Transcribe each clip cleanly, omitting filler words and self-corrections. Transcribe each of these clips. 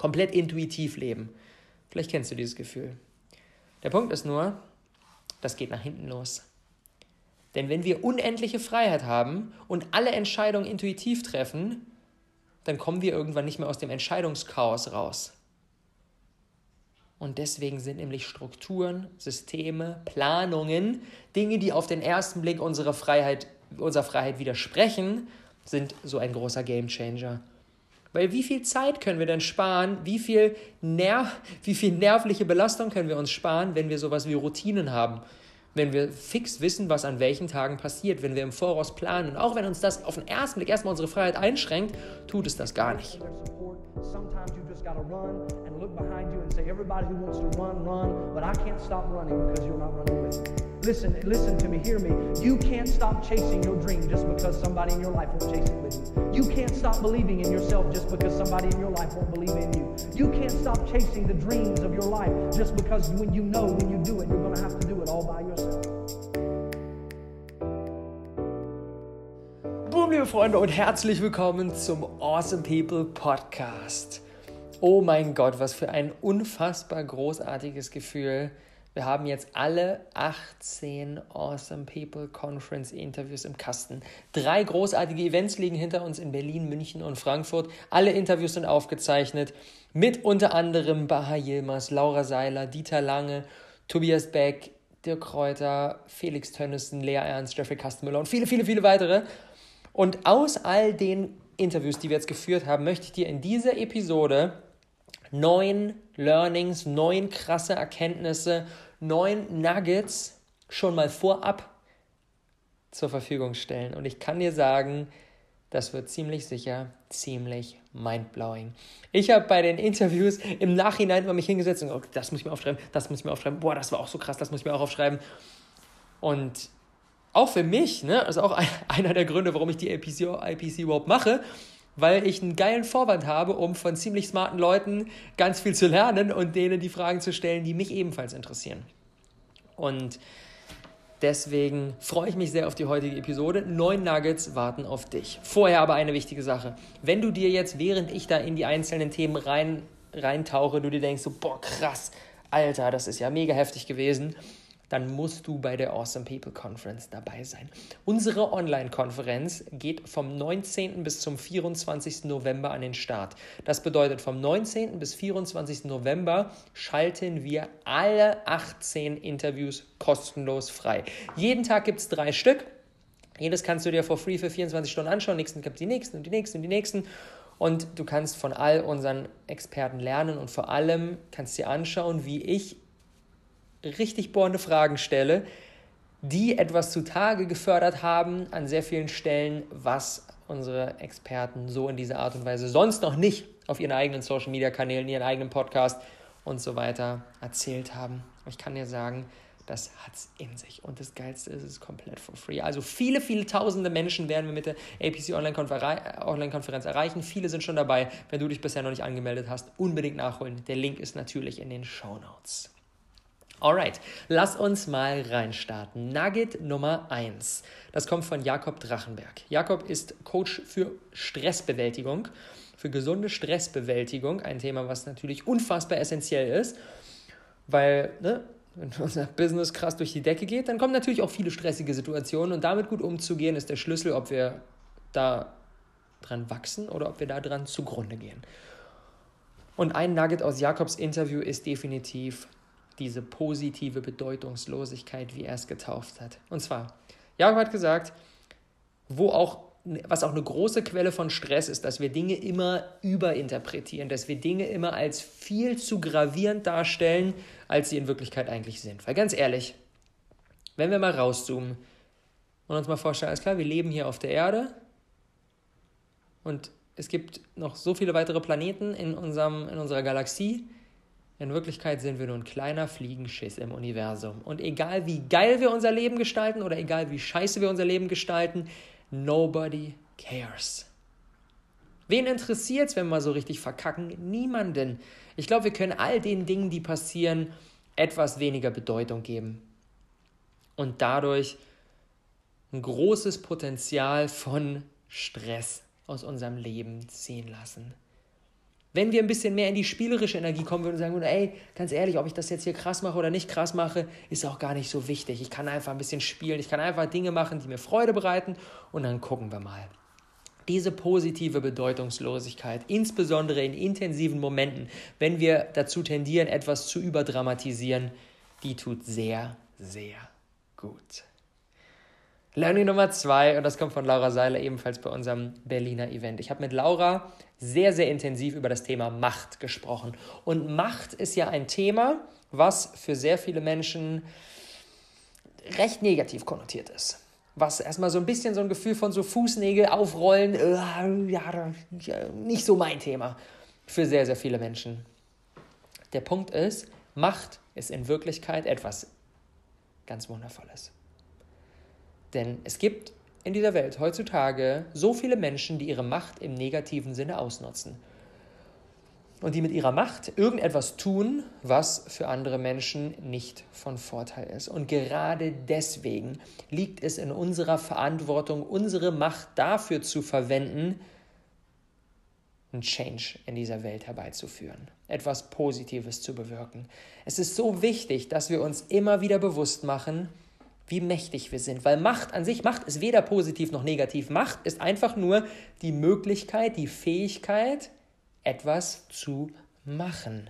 komplett intuitiv leben. Vielleicht kennst du dieses Gefühl. Der Punkt ist nur, das geht nach hinten los. Denn wenn wir unendliche Freiheit haben und alle Entscheidungen intuitiv treffen, dann kommen wir irgendwann nicht mehr aus dem Entscheidungschaos raus. Und deswegen sind nämlich Strukturen, Systeme, Planungen, Dinge, die auf den ersten Blick unserer Freiheit widersprechen, sind so ein großer Gamechanger. Weil wie viel Zeit können wir denn sparen, wie viel nervliche Belastung können wir uns sparen, wenn wir sowas wie Routinen haben? Wenn wir fix wissen, was an welchen Tagen passiert, wenn wir im Voraus planen. Und auch wenn uns das auf den ersten Blick erstmal unsere Freiheit einschränkt, tut es das gar nicht. Sometimes you just gotta run and look behind you and say, everybody who wants to run, but I can't stop running because you're not running with me. Listen to me, hear me. You can't stop chasing your dream just because somebody in your life won't chase it with you. You can't stop believing in yourself just because somebody in your life won't believe in you. You can't stop chasing the dreams of your life just because when you do it, you're gonna have to do it all by yourself. Boom, liebe Freunde, und herzlich willkommen zum Awesome People Podcast. Oh mein Gott, was für ein unfassbar großartiges Gefühl. Wir haben jetzt alle 18 Awesome People Conference Interviews im Kasten. 3 großartige Events liegen hinter uns in Berlin, München und Frankfurt. Alle Interviews sind aufgezeichnet mit unter anderem Baha Yilmaz, Laura Seiler, Dieter Lange, Tobias Beck, Dirk Kräuter, Felix Tönnissen, Lea Ernst, Jeffrey Kastenmüller und viele, viele, viele weitere. Und aus all den Interviews, die wir jetzt geführt haben, möchte ich dir in dieser Episode 9 Learnings, 9 krasse Erkenntnisse, 9 Nuggets schon mal vorab zur Verfügung stellen. Und ich kann dir sagen, das wird ziemlich sicher ziemlich mindblowing. Ich habe bei den Interviews im Nachhinein mal mich hingesetzt und gesagt, das muss ich mir aufschreiben, boah, das war auch so krass, das muss ich mir auch aufschreiben. Und auch für mich, ne, also auch einer der Gründe, warum ich die IPC überhaupt mache, weil ich einen geilen Vorwand habe, um von ziemlich smarten Leuten ganz viel zu lernen und denen die Fragen zu stellen, die mich ebenfalls interessieren. Und deswegen freue ich mich sehr auf die heutige Episode. 9 Nuggets warten auf dich. Vorher aber eine wichtige Sache. Wenn du dir jetzt, während ich da in die einzelnen Themen reintauche, du dir denkst so, boah, krass, Alter, das ist ja mega heftig gewesen, dann musst du bei der Awesome People Conference dabei sein. Unsere Online-Konferenz geht vom 19. bis zum 24. November an den Start. Das bedeutet, vom 19. bis 24. November schalten wir alle 18 Interviews kostenlos frei. Jeden Tag gibt es 3 Stück. Jedes kannst du dir for free für 24 Stunden anschauen. Nächsten gibt es die nächsten und die nächsten und die nächsten. Und du kannst von all unseren Experten lernen und vor allem kannst dir anschauen, wie ich richtig bohrende Fragen stelle, die etwas zutage gefördert haben an sehr vielen Stellen, was unsere Experten so in dieser Art und Weise sonst noch nicht auf ihren eigenen Social-Media-Kanälen, ihren eigenen Podcast und so weiter erzählt haben. Ich kann dir sagen, das hat's in sich. Und das Geilste ist, es ist komplett for free. Also viele, viele tausende Menschen werden wir mit der APC Online-Konferenz erreichen. Viele sind schon dabei. Wenn du dich bisher noch nicht angemeldet hast, unbedingt nachholen. Der Link ist natürlich in den Shownotes. Alright, lass uns mal reinstarten. Nugget Nummer 1. Das kommt von Jakob Drachenberg. Jakob ist Coach für Stressbewältigung, für gesunde Stressbewältigung. Ein Thema, was natürlich unfassbar essentiell ist, weil, wenn unser Business krass durch die Decke geht, dann kommen natürlich auch viele stressige Situationen und damit gut umzugehen ist der Schlüssel, ob wir da dran wachsen oder ob wir da dran zugrunde gehen. Und ein Nugget aus Jakobs Interview ist definitiv diese positive Bedeutungslosigkeit, wie er es getauft hat. Und zwar, Jakob hat gesagt, was auch eine große Quelle von Stress ist, dass wir Dinge immer überinterpretieren, dass wir Dinge immer als viel zu gravierend darstellen, als sie in Wirklichkeit eigentlich sind. Weil ganz ehrlich, wenn wir mal rauszoomen und uns mal vorstellen, alles klar, wir leben hier auf der Erde und es gibt noch so viele weitere Planeten in unserer Galaxie. In Wirklichkeit sind wir nur ein kleiner Fliegenschiss im Universum. Und egal wie geil wir unser Leben gestalten oder egal wie scheiße wir unser Leben gestalten, nobody cares. Wen interessiert's, wenn wir mal so richtig verkacken? Niemanden. Ich glaube, wir können all den Dingen, die passieren, etwas weniger Bedeutung geben. Und dadurch ein großes Potenzial von Stress aus unserem Leben ziehen lassen. Wenn wir ein bisschen mehr in die spielerische Energie kommen würden und sagen würden, ey, ganz ehrlich, ob ich das jetzt hier krass mache oder nicht krass mache, ist auch gar nicht so wichtig. Ich kann einfach ein bisschen spielen, ich kann einfach Dinge machen, die mir Freude bereiten und dann gucken wir mal. Diese positive Bedeutungslosigkeit, insbesondere in intensiven Momenten, wenn wir dazu tendieren, etwas zu überdramatisieren, die tut sehr, sehr gut. Learning Nummer 2, und das kommt von Laura Seiler, ebenfalls bei unserem Berliner Event. Ich habe mit Laura sehr, sehr intensiv über das Thema Macht gesprochen. Und Macht ist ja ein Thema, was für sehr viele Menschen recht negativ konnotiert ist. Was erstmal so ein bisschen so ein Gefühl von so Fußnägel aufrollen, nicht so mein Thema für sehr, sehr viele Menschen. Der Punkt ist, Macht ist in Wirklichkeit etwas ganz Wundervolles. Denn es gibt in dieser Welt heutzutage so viele Menschen, die ihre Macht im negativen Sinne ausnutzen. Und die mit ihrer Macht irgendetwas tun, was für andere Menschen nicht von Vorteil ist. Und gerade deswegen liegt es in unserer Verantwortung, unsere Macht dafür zu verwenden, einen Change in dieser Welt herbeizuführen, etwas Positives zu bewirken. Es ist so wichtig, dass wir uns immer wieder bewusst machen, wie mächtig wir sind, weil Macht an sich, Macht ist weder positiv noch negativ. Macht ist einfach nur die Möglichkeit, die Fähigkeit, etwas zu machen.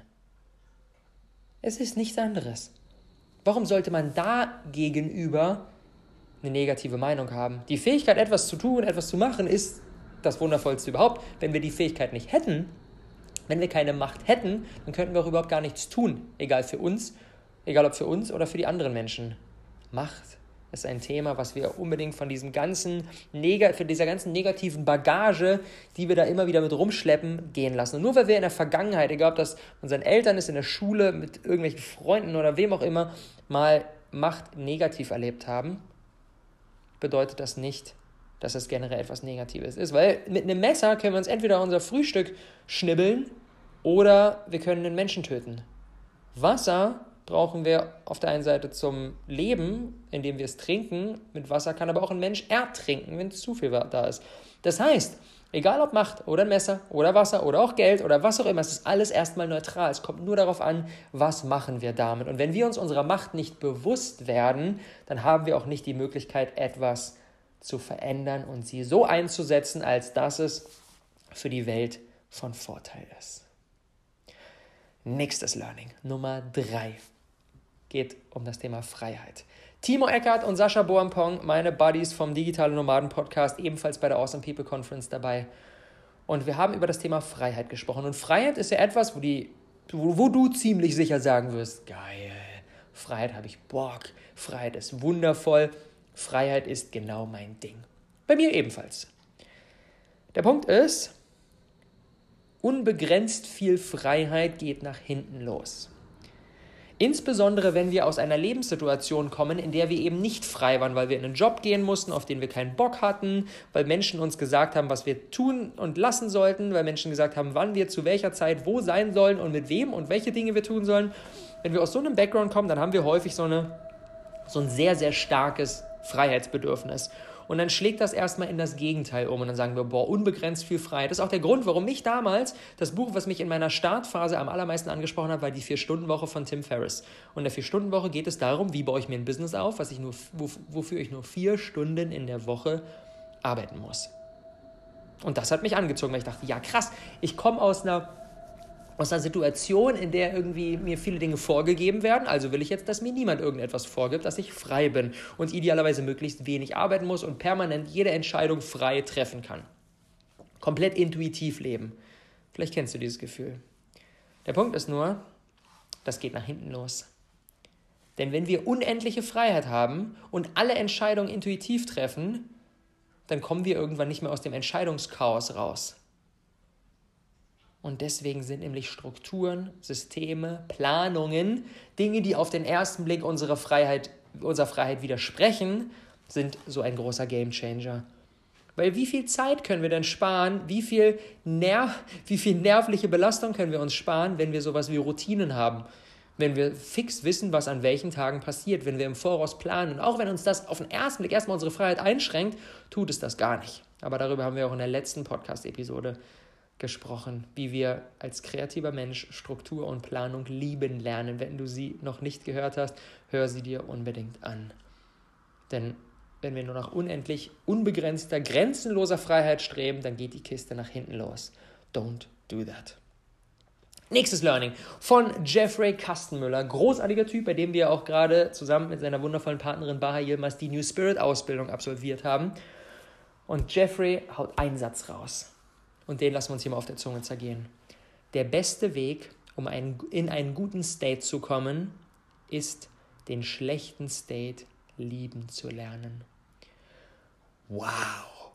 Es ist nichts anderes. Warum sollte man da gegenüber eine negative Meinung haben? Die Fähigkeit, etwas zu tun, etwas zu machen, ist das Wundervollste überhaupt. Wenn wir die Fähigkeit nicht hätten, wenn wir keine Macht hätten, dann könnten wir auch überhaupt gar nichts tun, egal ob für uns oder für die anderen Menschen. Macht ist ein Thema, was wir unbedingt von dieser ganzen negativen Bagage, die wir da immer wieder mit rumschleppen, gehen lassen. Und nur weil wir in der Vergangenheit, egal ob das unseren Eltern ist, in der Schule, mit irgendwelchen Freunden oder wem auch immer, mal Macht negativ erlebt haben, bedeutet das nicht, dass es generell etwas Negatives ist. Weil mit einem Messer können wir uns entweder unser Frühstück schnibbeln oder wir können einen Menschen töten. Wasser brauchen wir auf der einen Seite zum Leben, indem wir es trinken. Mit Wasser kann aber auch ein Mensch ertrinken, wenn zu viel da ist. Das heißt, egal ob Macht oder ein Messer oder Wasser oder auch Geld oder was auch immer, es ist alles erstmal neutral. Es kommt nur darauf an, was machen wir damit. Und wenn wir uns unserer Macht nicht bewusst werden, dann haben wir auch nicht die Möglichkeit, etwas zu verändern und sie so einzusetzen, als dass es für die Welt von Vorteil ist. Nächstes Learning, Nummer 3, geht um das Thema Freiheit. Timo Eckert und Sascha Boampong, meine Buddies vom Digitale Nomaden Podcast, ebenfalls bei der Awesome People Conference dabei. Und wir haben über das Thema Freiheit gesprochen. Und Freiheit ist ja etwas, wo du ziemlich sicher sagen wirst, geil, Freiheit habe ich Bock, Freiheit ist wundervoll, Freiheit ist genau mein Ding. Bei mir ebenfalls. Der Punkt ist, unbegrenzt viel Freiheit geht nach hinten los. Insbesondere, wenn wir aus einer Lebenssituation kommen, in der wir eben nicht frei waren, weil wir in einen Job gehen mussten, auf den wir keinen Bock hatten, weil Menschen uns gesagt haben, was wir tun und lassen sollten, weil Menschen gesagt haben, wann wir zu welcher Zeit wo sein sollen und mit wem und welche Dinge wir tun sollen. Wenn wir aus so einem Background kommen, dann haben wir häufig so ein sehr, sehr starkes Freiheitsbedürfnis. Und dann schlägt das erstmal in das Gegenteil um und dann sagen wir, unbegrenzt viel Freiheit. Das ist auch der Grund, warum mich damals, das Buch, was mich in meiner Startphase am allermeisten angesprochen hat, war die 4-Stunden-Woche von Tim Ferriss. Und in der 4-Stunden-Woche geht es darum, wie baue ich mir ein Business auf, wofür ich nur 4 Stunden in der Woche arbeiten muss. Und das hat mich angezogen, weil ich dachte, ja krass, ich komme aus einer Situation, in der irgendwie mir viele Dinge vorgegeben werden, also will ich jetzt, dass mir niemand irgendetwas vorgibt, dass ich frei bin und idealerweise möglichst wenig arbeiten muss und permanent jede Entscheidung frei treffen kann. Komplett intuitiv leben. Vielleicht kennst du dieses Gefühl. Der Punkt ist nur, das geht nach hinten los. Denn wenn wir unendliche Freiheit haben und alle Entscheidungen intuitiv treffen, dann kommen wir irgendwann nicht mehr aus dem Entscheidungschaos raus. Und deswegen sind nämlich Strukturen, Systeme, Planungen, Dinge, die auf den ersten Blick unserer Freiheit widersprechen, sind so ein großer Gamechanger. Weil wie viel Zeit können wir denn sparen, wie viel nervliche Belastung können wir uns sparen, wenn wir sowas wie Routinen haben, wenn wir fix wissen, was an welchen Tagen passiert, wenn wir im Voraus planen. Und auch wenn uns das auf den ersten Blick erstmal unsere Freiheit einschränkt, tut es das gar nicht. Aber darüber haben wir auch in der letzten Podcast-Episode gesprochen, wie wir als kreativer Mensch Struktur und Planung lieben lernen. Wenn du sie noch nicht gehört hast, hör sie dir unbedingt an. Denn wenn wir nur nach unendlich unbegrenzter, grenzenloser Freiheit streben, dann geht die Kiste nach hinten los. Don't do that. Nächstes Learning von Jeffrey Kastenmüller. Großartiger Typ, bei dem wir auch gerade zusammen mit seiner wundervollen Partnerin Baha Yilmaz die New Spirit Ausbildung absolviert haben. Und Jeffrey haut einen Satz raus. Und den lassen wir uns hier mal auf der Zunge zergehen. Der beste Weg, um in einen guten State zu kommen, ist, den schlechten State lieben zu lernen. Wow!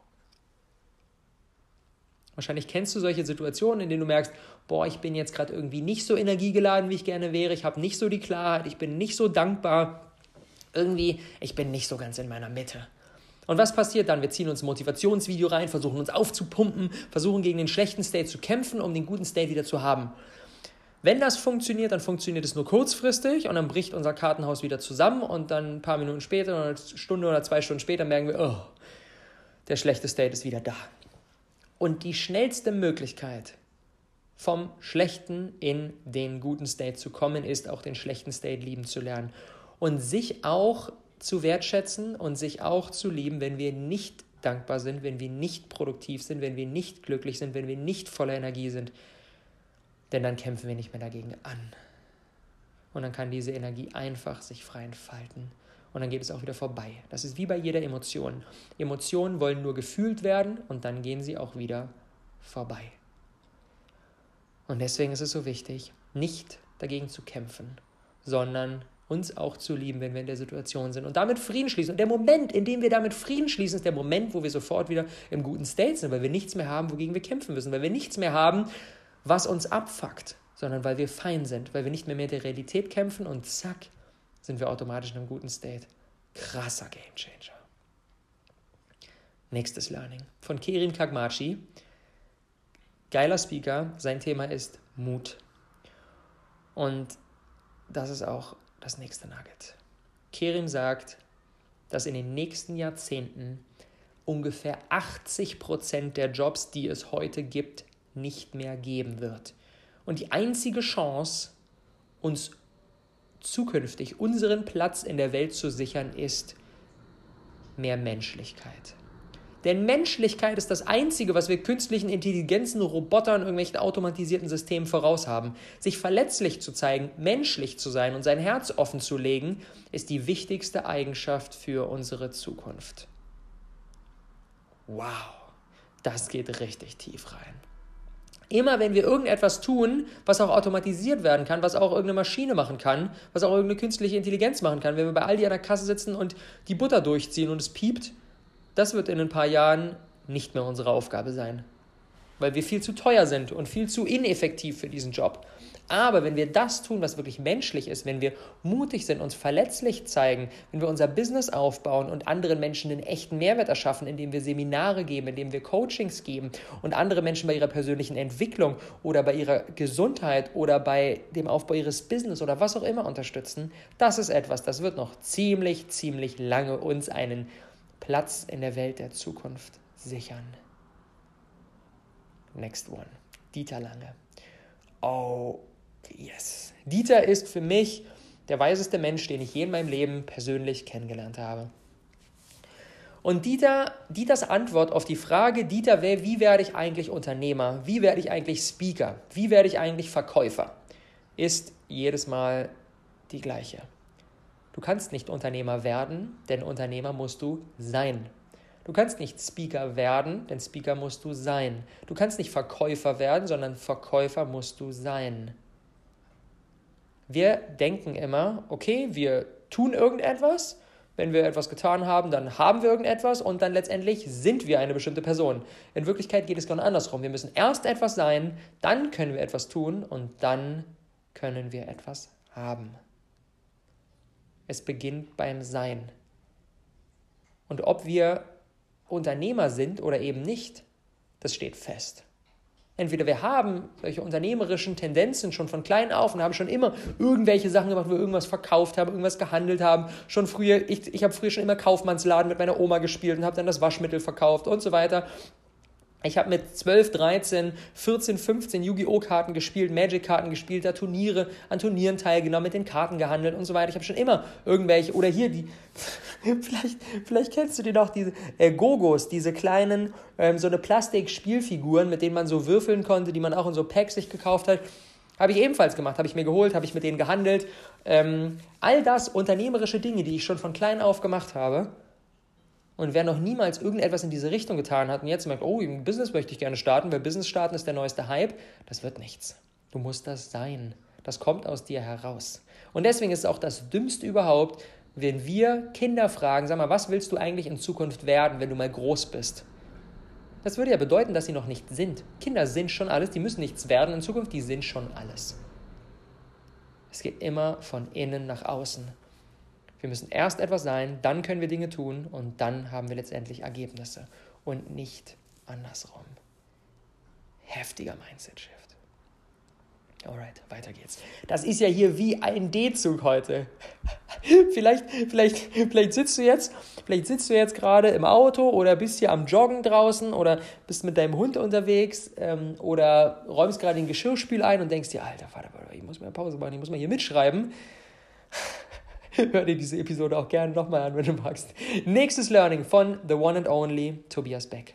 Wahrscheinlich kennst du solche Situationen, in denen du merkst, ich bin jetzt gerade irgendwie nicht so energiegeladen, wie ich gerne wäre, ich habe nicht so die Klarheit, ich bin nicht so dankbar, ich bin nicht so ganz in meiner Mitte. Und was passiert dann? Wir ziehen uns ein Motivationsvideo rein, versuchen uns aufzupumpen, versuchen gegen den schlechten State zu kämpfen, um den guten State wieder zu haben. Wenn das funktioniert, dann funktioniert es nur kurzfristig und dann bricht unser Kartenhaus wieder zusammen und dann ein paar Minuten später, oder eine Stunde oder 2 Stunden später merken wir, der schlechte State ist wieder da. Und die schnellste Möglichkeit, vom schlechten in den guten State zu kommen, ist auch den schlechten State lieben zu lernen. Und sich auch zu wertschätzen und sich auch zu lieben, wenn wir nicht dankbar sind, wenn wir nicht produktiv sind, wenn wir nicht glücklich sind, wenn wir nicht voller Energie sind. Denn dann kämpfen wir nicht mehr dagegen an. Und dann kann diese Energie einfach sich frei entfalten. Und dann geht es auch wieder vorbei. Das ist wie bei jeder Emotion. Emotionen wollen nur gefühlt werden und dann gehen sie auch wieder vorbei. Und deswegen ist es so wichtig, nicht dagegen zu kämpfen, sondern uns auch zu lieben, wenn wir in der Situation sind und damit Frieden schließen. Und der Moment, in dem wir damit Frieden schließen, ist der Moment, wo wir sofort wieder im guten State sind, weil wir nichts mehr haben, wogegen wir kämpfen müssen, weil wir nichts mehr haben, was uns abfuckt, sondern weil wir fein sind, weil wir nicht mehr mit der Realität kämpfen und zack, sind wir automatisch in einem guten State. Krasser Gamechanger. Nächstes Learning von Kerim Kagmachi. Geiler Speaker, sein Thema ist Mut. Und das ist auch das nächste Nugget. Kerim sagt, dass in den nächsten Jahrzehnten ungefähr 80% der Jobs, die es heute gibt, nicht mehr geben wird. Und die einzige Chance, uns zukünftig unseren Platz in der Welt zu sichern, ist mehr Menschlichkeit. Denn Menschlichkeit ist das Einzige, was wir künstlichen Intelligenzen, Robotern, irgendwelchen automatisierten Systemen voraus haben. Sich verletzlich zu zeigen, menschlich zu sein und sein Herz offen zu legen, ist die wichtigste Eigenschaft für unsere Zukunft. Wow, das geht richtig tief rein. Immer wenn wir irgendetwas tun, was auch automatisiert werden kann, was auch irgendeine Maschine machen kann, was auch irgendeine künstliche Intelligenz machen kann, wenn wir bei Aldi an der Kasse sitzen und die Butter durchziehen und es piept, das wird in ein paar Jahren nicht mehr unsere Aufgabe sein, weil wir viel zu teuer sind und viel zu ineffektiv für diesen Job. Aber wenn wir das tun, was wirklich menschlich ist, wenn wir mutig sind, uns verletzlich zeigen, wenn wir unser Business aufbauen und anderen Menschen einen echten Mehrwert erschaffen, indem wir Seminare geben, indem wir Coachings geben und andere Menschen bei ihrer persönlichen Entwicklung oder bei ihrer Gesundheit oder bei dem Aufbau ihres Business oder was auch immer unterstützen, das ist etwas, das wird noch ziemlich lange uns einen Platz in der Welt der Zukunft sichern. Next one. Dieter Lange. Oh, yes. Dieter ist für mich der weiseste Mensch, den ich je in meinem Leben persönlich kennengelernt habe. Und Dieters Antwort auf die Frage, wie werde ich eigentlich Unternehmer? Wie werde ich eigentlich Speaker? Wie werde ich eigentlich Verkäufer? Ist jedes Mal die gleiche. Du kannst nicht Unternehmer werden, denn Unternehmer musst du sein. Du kannst nicht Speaker werden, denn Speaker musst du sein. Du kannst nicht Verkäufer werden, sondern Verkäufer musst du sein. Wir denken immer, okay, wir tun irgendetwas. Wenn wir etwas getan haben, dann haben wir irgendetwas und dann letztendlich sind wir eine bestimmte Person. In Wirklichkeit geht es genau andersrum. Wir müssen erst etwas sein, dann können wir etwas tun und dann können wir etwas haben. Es beginnt beim Sein. Und ob wir Unternehmer sind oder eben nicht, das steht fest. Entweder wir haben solche unternehmerischen Tendenzen schon von klein auf und haben schon immer irgendwelche Sachen gemacht, wo wir irgendwas verkauft haben, irgendwas gehandelt haben. Schon früher, ich habe früher schon immer Kaufmannsladen mit meiner Oma gespielt und habe dann das Waschmittel verkauft und so weiter. Ich habe mit 12, 13, 14, 15 Yu-Gi-Oh! Karten gespielt, Magic-Karten gespielt, da an Turnieren teilgenommen, mit den Karten gehandelt und so weiter. Ich habe schon immer irgendwelche, oder hier die, vielleicht kennst du die noch, diese Gogos, diese kleinen, so eine Plastik-Spielfiguren, mit denen man so würfeln konnte, die man auch in so Packs sich gekauft hat. Habe ich ebenfalls gemacht, habe ich mir geholt, habe ich mit denen gehandelt. All das unternehmerische Dinge, die ich schon von klein auf gemacht habe. Und wer noch niemals irgendetwas in diese Richtung getan hat und jetzt merkt, oh, im Business möchte ich gerne starten, weil Business starten ist der neueste Hype, das wird nichts. Du musst das sein. Das kommt aus dir heraus. Und deswegen ist es auch das Dümmste überhaupt, wenn wir Kinder fragen, sag mal, was willst du eigentlich in Zukunft werden, wenn du mal groß bist? Das würde ja bedeuten, dass sie noch nicht sind. Kinder sind schon alles, die müssen nichts werden in Zukunft, die sind schon alles. Es geht immer von innen nach außen. Wir müssen erst etwas sein, dann können wir Dinge tun und dann haben wir letztendlich Ergebnisse und nicht andersrum. Heftiger Mindset-Shift. Alright, weiter geht's. Das ist ja hier wie ein D-Zug heute. Vielleicht sitzt du jetzt gerade im Auto oder bist hier am Joggen draußen oder bist mit deinem Hund unterwegs oder räumst gerade den Geschirrspül ein und denkst dir, Alter, warte, ich muss mal Pause machen, ich muss mal hier mitschreiben. Hör dir diese Episode auch gerne nochmal an, wenn du magst. Nächstes Learning von The One and Only Tobias Beck.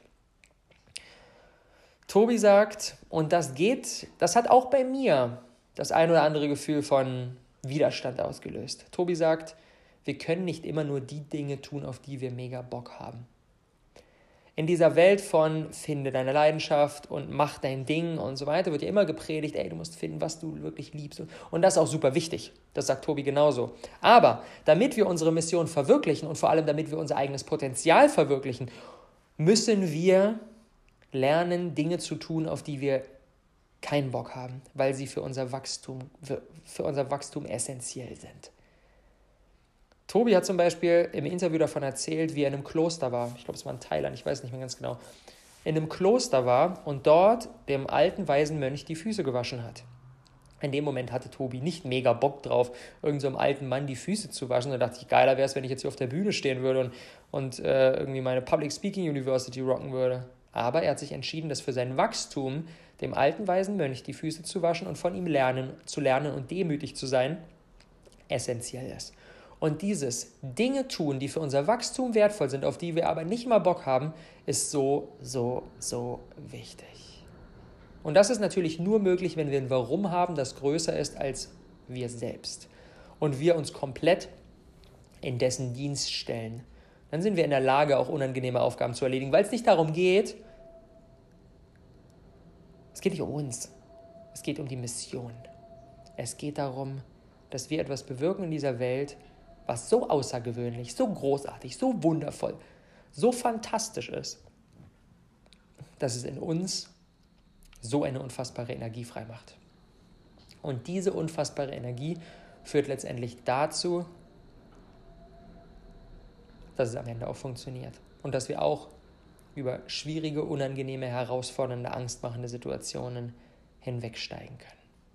Tobi sagt, und das hat auch bei mir das ein oder andere Gefühl von Widerstand ausgelöst. Tobi sagt, wir können nicht immer nur die Dinge tun, auf die wir mega Bock haben. In dieser Welt von finde deine Leidenschaft und mach dein Ding und so weiter, wird ja immer gepredigt, ey, du musst finden, was du wirklich liebst. Und das ist auch super wichtig. Das sagt Tobi genauso. Aber damit wir unsere Mission verwirklichen und vor allem damit wir unser eigenes Potenzial verwirklichen, müssen wir lernen, Dinge zu tun, auf die wir keinen Bock haben, weil sie für unser Wachstum essentiell sind. Tobi hat zum Beispiel im Interview davon erzählt, wie er in einem Kloster war. Ich glaube, es war in Thailand, ich weiß nicht mehr ganz genau. In einem Kloster war und dort dem alten weisen Mönch die Füße gewaschen hat. In dem Moment hatte Tobi nicht mega Bock drauf, irgend so einem alten Mann die Füße zu waschen. Da dachte ich, geiler wäre es, wenn ich jetzt hier auf der Bühne stehen würde und irgendwie meine Public Speaking University rocken würde. Aber er hat sich entschieden, dass für sein Wachstum dem alten weisen Mönch die Füße zu waschen und von ihm zu lernen und demütig zu sein, essentiell ist. Und dieses Dinge tun, die für unser Wachstum wertvoll sind, auf die wir aber nicht mal Bock haben, ist so, so, so wichtig. Und das ist natürlich nur möglich, wenn wir ein Warum haben, das größer ist als wir selbst. Und wir uns komplett in dessen Dienst stellen. Dann sind wir in der Lage, auch unangenehme Aufgaben zu erledigen, weil es nicht darum geht, es geht nicht um uns, es geht um die Mission. Es geht darum, dass wir etwas bewirken in dieser Welt, was so außergewöhnlich, so großartig, so wundervoll, so fantastisch ist, dass es in uns so eine unfassbare Energie freimacht. Und diese unfassbare Energie führt letztendlich dazu, dass es am Ende auch funktioniert und dass wir auch über schwierige, unangenehme, herausfordernde, angstmachende Situationen hinwegsteigen können.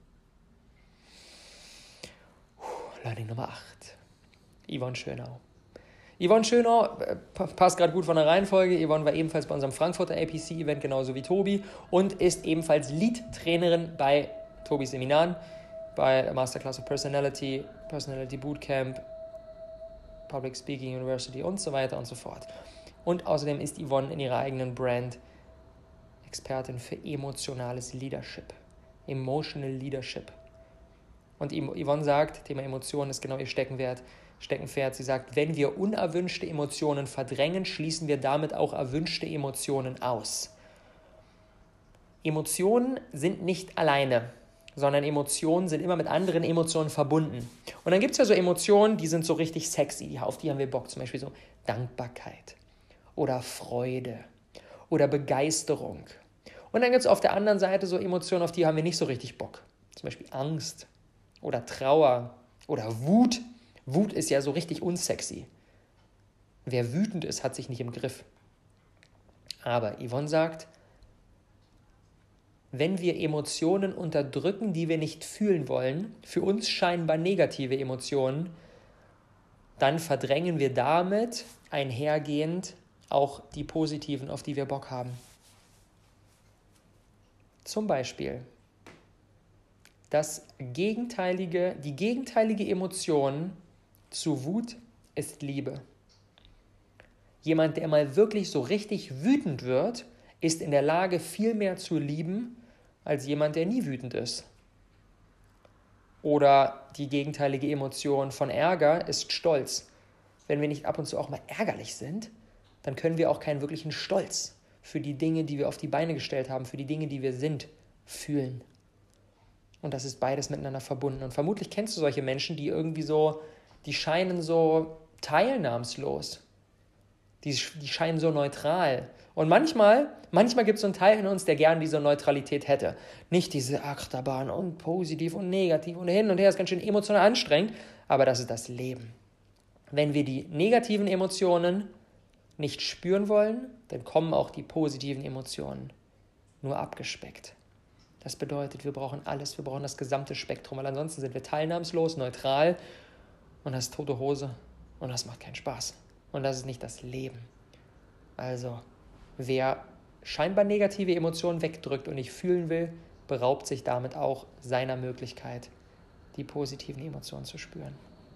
Learning Nummer 8. Yvonne Schönau. Yvonne Schönau passt gerade gut von der Reihenfolge. Yvonne war ebenfalls bei unserem Frankfurter APC-Event, genauso wie Tobi, und ist ebenfalls Lead-Trainerin bei Tobis Seminaren, bei der Masterclass of Personality, Personality Bootcamp, Public Speaking University und so weiter und so fort. Und außerdem ist Yvonne in ihrer eigenen Brand Expertin für emotionales Leadership, Emotional Leadership. Und Yvonne sagt, Thema Emotionen ist genau ihr Steckenpferd. Sie sagt, wenn wir unerwünschte Emotionen verdrängen, schließen wir damit auch erwünschte Emotionen aus. Emotionen sind nicht alleine, sondern Emotionen sind immer mit anderen Emotionen verbunden. Und dann gibt es ja so Emotionen, die sind so richtig sexy, auf die haben wir Bock, zum Beispiel so Dankbarkeit oder Freude oder Begeisterung. Und dann gibt es auf der anderen Seite so Emotionen, auf die haben wir nicht so richtig Bock, zum Beispiel Angst oder Trauer oder Wut. Wut ist ja so richtig unsexy. Wer wütend ist, hat sich nicht im Griff. Aber Yvonne sagt, wenn wir Emotionen unterdrücken, die wir nicht fühlen wollen, für uns scheinbar negative Emotionen, dann verdrängen wir damit einhergehend auch die positiven, auf die wir Bock haben. Zum Beispiel die gegenteilige Emotion zu Wut ist Liebe. Jemand, der mal wirklich so richtig wütend wird, ist in der Lage, viel mehr zu lieben, als jemand, der nie wütend ist. Oder die gegenteilige Emotion von Ärger ist Stolz. Wenn wir nicht ab und zu auch mal ärgerlich sind, dann können wir auch keinen wirklichen Stolz für die Dinge, die wir auf die Beine gestellt haben, für die Dinge, die wir sind, fühlen. Und das ist beides miteinander verbunden. Und vermutlich kennst du solche Menschen, die irgendwie so, die scheinen so teilnahmslos. Die scheinen so neutral. Und manchmal gibt es so einen Teil in uns, der gerne diese Neutralität hätte. Nicht diese Achterbahn und positiv und negativ und hin und her, ist ganz schön emotional anstrengend, aber das ist das Leben. Wenn wir die negativen Emotionen nicht spüren wollen, dann kommen auch die positiven Emotionen nur abgespeckt. Das bedeutet, wir brauchen alles, wir brauchen das gesamte Spektrum, weil ansonsten sind wir teilnahmslos, neutral und das ist tote Hose und das macht keinen Spaß. Und das ist nicht das Leben. Also, wer scheinbar negative Emotionen wegdrückt und nicht fühlen will, beraubt sich damit auch seiner Möglichkeit, die positiven Emotionen zu spüren.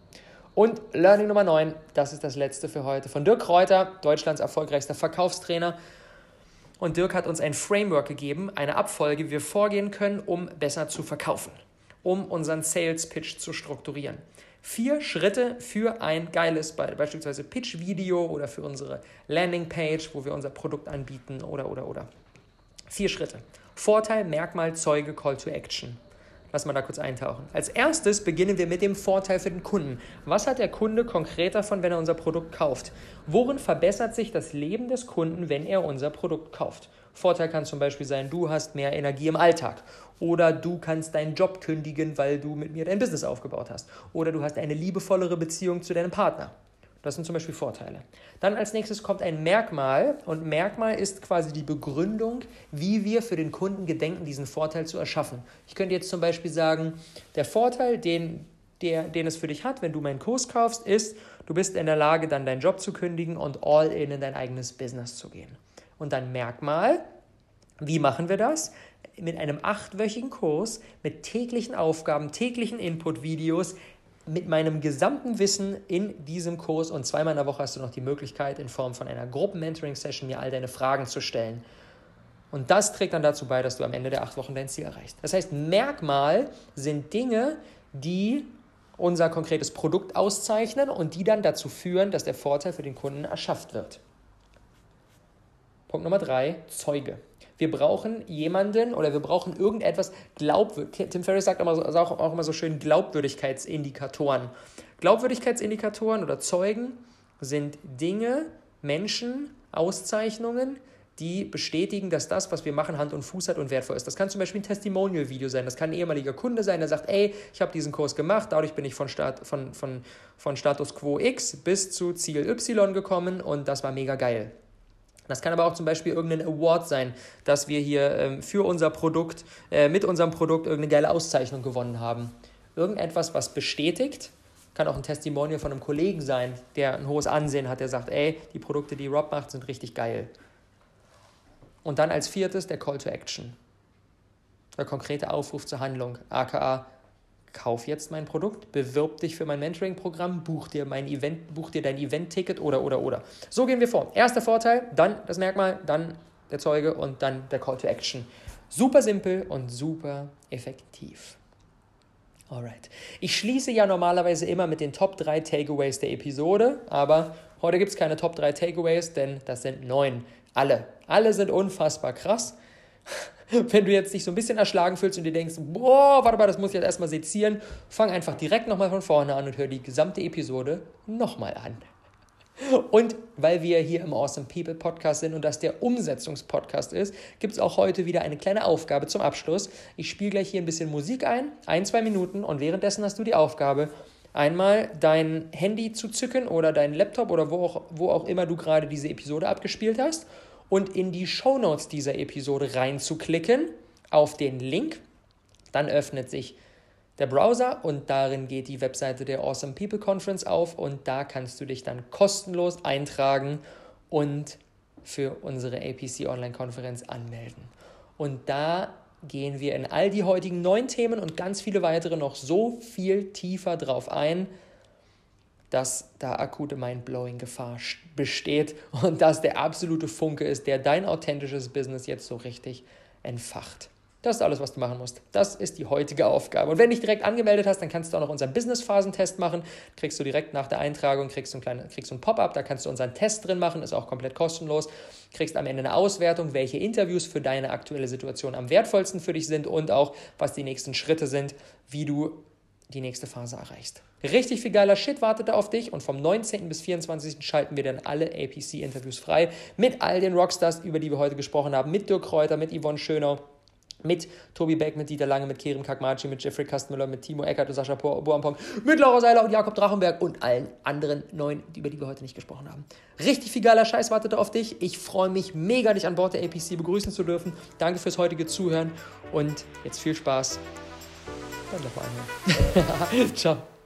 Und Learning Nummer 9, das ist das letzte für heute, von Dirk Kräuter, Deutschlands erfolgreichster Verkaufstrainer. Und Dirk hat uns ein Framework gegeben, eine Abfolge, wie wir vorgehen können, um besser zu verkaufen, um unseren Sales-Pitch zu strukturieren. 4 Schritte für ein geiles, beispielsweise Pitch-Video oder für unsere Landingpage, wo wir unser Produkt anbieten oder. 4 Schritte. Vorteil, Merkmal, Zeuge, Call to Action. Lass mal da kurz eintauchen. Als erstes beginnen wir mit dem Vorteil für den Kunden. Was hat der Kunde konkret davon, wenn er unser Produkt kauft? Worin verbessert sich das Leben des Kunden, wenn er unser Produkt kauft? Vorteil kann zum Beispiel sein, du hast mehr Energie im Alltag. Oder du kannst deinen Job kündigen, weil du mit mir dein Business aufgebaut hast. Oder du hast eine liebevollere Beziehung zu deinem Partner. Das sind zum Beispiel Vorteile. Dann als nächstes kommt ein Merkmal und Merkmal ist quasi die Begründung, wie wir für den Kunden gedenken, diesen Vorteil zu erschaffen. Ich könnte jetzt zum Beispiel sagen, der Vorteil, den es für dich hat, wenn du meinen Kurs kaufst, ist, du bist in der Lage, dann deinen Job zu kündigen und all in dein eigenes Business zu gehen. Und dann Merkmal, wie machen wir das? Mit einem 8-wöchigen Kurs, mit täglichen Aufgaben, täglichen Input-Videos, mit meinem gesamten Wissen in diesem Kurs und 2-mal in der Woche hast du noch die Möglichkeit, in Form von einer Gruppen-Mentoring-Session mir all deine Fragen zu stellen. Und das trägt dann dazu bei, dass du am Ende der 8 Wochen dein Ziel erreichst. Das heißt, Merkmal sind Dinge, die unser konkretes Produkt auszeichnen und die dann dazu führen, dass der Vorteil für den Kunden erschafft wird. Punkt Nummer 3, Zeuge. Wir brauchen jemanden oder wir brauchen irgendetwas glaubwürdig. Tim Ferriss sagt auch immer so schön Glaubwürdigkeitsindikatoren. Glaubwürdigkeitsindikatoren oder Zeugen sind Dinge, Menschen, Auszeichnungen, die bestätigen, dass das, was wir machen, Hand und Fuß hat und wertvoll ist. Das kann zum Beispiel ein Testimonial-Video sein. Das kann ein ehemaliger Kunde sein, der sagt, ey, ich habe diesen Kurs gemacht, dadurch bin ich von Status Quo X bis zu Ziel Y gekommen und das war mega geil. Das kann aber auch zum Beispiel irgendein Award sein, dass wir hier für unser Produkt, mit unserem Produkt irgendeine geile Auszeichnung gewonnen haben. Irgendetwas, was bestätigt, kann auch ein Testimonial von einem Kollegen sein, der ein hohes Ansehen hat, der sagt, ey, die Produkte, die Rob macht, sind richtig geil. Und dann als 4. der Call to Action. Der konkrete Aufruf zur Handlung, aka kauf jetzt mein Produkt, bewirb dich für mein Mentoring-Programm, buch dir dein Event-Ticket oder. So gehen wir vor. Erster Vorteil, dann das Merkmal, dann der Zeuge und dann der Call to Action. Super simpel und super effektiv. Alright. Ich schließe ja normalerweise immer mit den Top 3 Takeaways der Episode, aber heute gibt es keine Top 3 Takeaways, denn das sind 9. Alle sind unfassbar krass. Wenn du jetzt dich so ein bisschen erschlagen fühlst und dir denkst, boah, warte mal, das muss ich jetzt erstmal sezieren, fang einfach direkt nochmal von vorne an und hör die gesamte Episode nochmal an. Und weil wir hier im Awesome People Podcast sind und das der Umsetzungspodcast ist, gibt es auch heute wieder eine kleine Aufgabe zum Abschluss. Ich spiele gleich hier ein bisschen Musik ein, 1-2 Minuten und währenddessen hast du die Aufgabe, einmal dein Handy zu zücken oder deinen Laptop oder wo auch immer du gerade diese Episode abgespielt hast und in die Shownotes dieser Episode reinzuklicken auf den Link. Dann öffnet sich der Browser und darin geht die Webseite der Awesome People Conference auf und da kannst du dich dann kostenlos eintragen und für unsere APC Online-Konferenz anmelden. Und da gehen wir in all die heutigen 9 Themen und ganz viele weitere noch so viel tiefer drauf ein, dass da akute Mindblowing-Gefahr besteht und dass der absolute Funke ist, der dein authentisches Business jetzt so richtig entfacht. Das ist alles, was du machen musst. Das ist die heutige Aufgabe. Und wenn du dich direkt angemeldet hast, dann kannst du auch noch unseren Business-Phasentest machen. Kriegst du direkt nach der Eintragung, kriegst du ein Pop-up, da kannst du unseren Test drin machen, ist auch komplett kostenlos. Kriegst am Ende eine Auswertung, welche Interviews für deine aktuelle Situation am wertvollsten für dich sind und auch, was die nächsten Schritte sind, wie du die nächste Phase erreichst. Richtig viel geiler Shit wartet da auf dich und vom 19. bis 24. schalten wir dann alle APC-Interviews frei mit all den Rockstars, über die wir heute gesprochen haben, mit Dirk Kräuter, mit Yvonne Schönau, mit Tobi Beck, mit Dieter Lange, mit Kerem Kakmaci, mit Jeffrey Kastmüller, mit Timo Eckert und Sascha Boampong, mit Laura Seiler und Jakob Drachenberg und allen anderen 9, über die wir heute nicht gesprochen haben. Richtig viel geiler Scheiß wartet auf dich. Ich freue mich mega, dich an Bord der APC begrüßen zu dürfen. Danke fürs heutige Zuhören und jetzt viel Spaß. Dann noch mal einmal. Ciao.